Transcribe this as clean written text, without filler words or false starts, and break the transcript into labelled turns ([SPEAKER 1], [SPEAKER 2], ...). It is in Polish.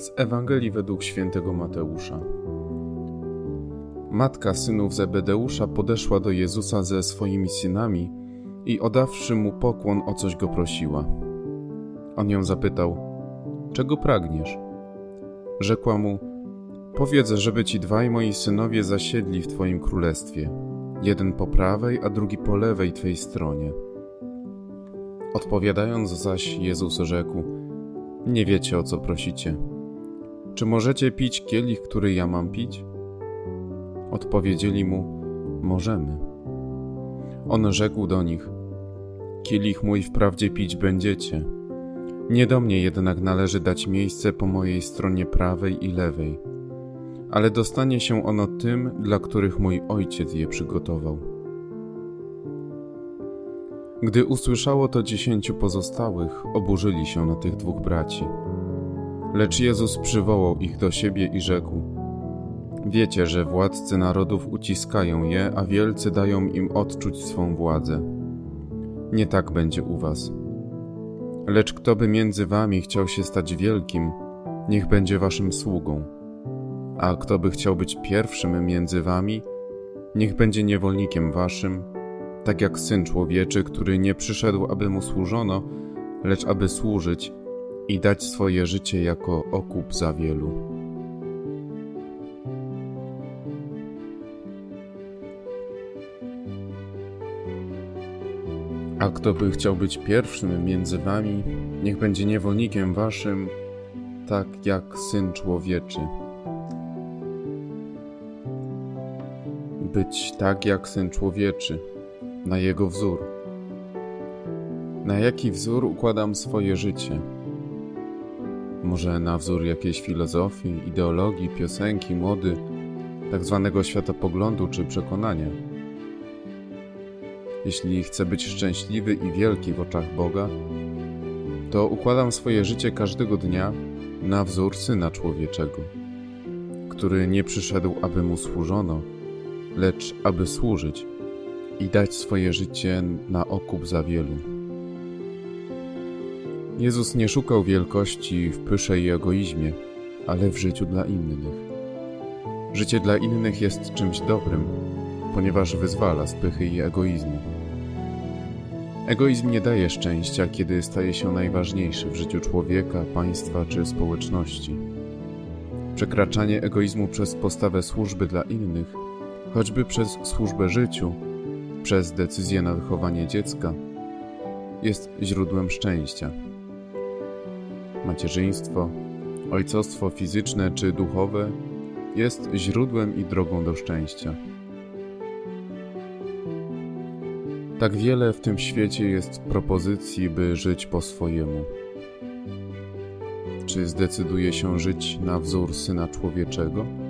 [SPEAKER 1] Z Ewangelii według świętego Mateusza. Matka synów Zebedeusza podeszła do Jezusa ze swoimi synami i oddawszy mu pokłon, o coś go prosiła. On ją zapytał: czego pragniesz? Rzekła mu: powiedz, żeby ci dwaj moi synowie zasiedli w twoim królestwie, jeden po prawej, a drugi po lewej twej stronie. Odpowiadając zaś, Jezus rzekł: nie wiecie, o co prosicie. Czy możecie pić kielich, który ja mam pić? Odpowiedzieli mu: możemy. On rzekł do nich: kielich mój wprawdzie pić będziecie. Nie do mnie jednak należy dać miejsce po mojej stronie prawej i lewej, ale dostanie się ono tym, dla których mój Ojciec je przygotował. Gdy usłyszało to 10 pozostałych, oburzyli się na tych 2 braci. Lecz Jezus przywołał ich do siebie i rzekł: wiecie, że władcy narodów uciskają je, a wielcy dają im odczuć swą władzę. Nie tak będzie u was. Lecz kto by między wami chciał się stać wielkim, niech będzie waszym sługą. A kto by chciał być pierwszym między wami, niech będzie niewolnikiem waszym, tak jak Syn Człowieczy, który nie przyszedł, aby mu służono, lecz aby służyć i dać swoje życie jako okup za wielu. A kto by chciał być pierwszym między wami, niech będzie niewolnikiem waszym, tak jak Syn Człowieczy. Być tak jak Syn Człowieczy, na Jego wzór. Na jaki wzór układam swoje życie? Może na wzór jakiejś filozofii, ideologii, piosenki, mody, tak zwanego światopoglądu czy przekonania? Jeśli chcę być szczęśliwy i wielki w oczach Boga, to układam swoje życie każdego dnia na wzór Syna Człowieczego, który nie przyszedł, aby mu służono, lecz aby służyć i dać swoje życie na okup za wielu. Jezus nie szukał wielkości w pysze i egoizmie, ale w życiu dla innych. Życie dla innych jest czymś dobrym, ponieważ wyzwala z pychy i egoizmu. Egoizm nie daje szczęścia, kiedy staje się najważniejszy w życiu człowieka, państwa czy społeczności. Przekraczanie egoizmu przez postawę służby dla innych, choćby przez służbę życiu, przez decyzję na wychowanie dziecka, jest źródłem szczęścia. Macierzyństwo, ojcostwo fizyczne czy duchowe jest źródłem i drogą do szczęścia. Tak wiele w tym świecie jest propozycji, by żyć po swojemu. Czy zdecyduje się żyć na wzór Syna Człowieczego?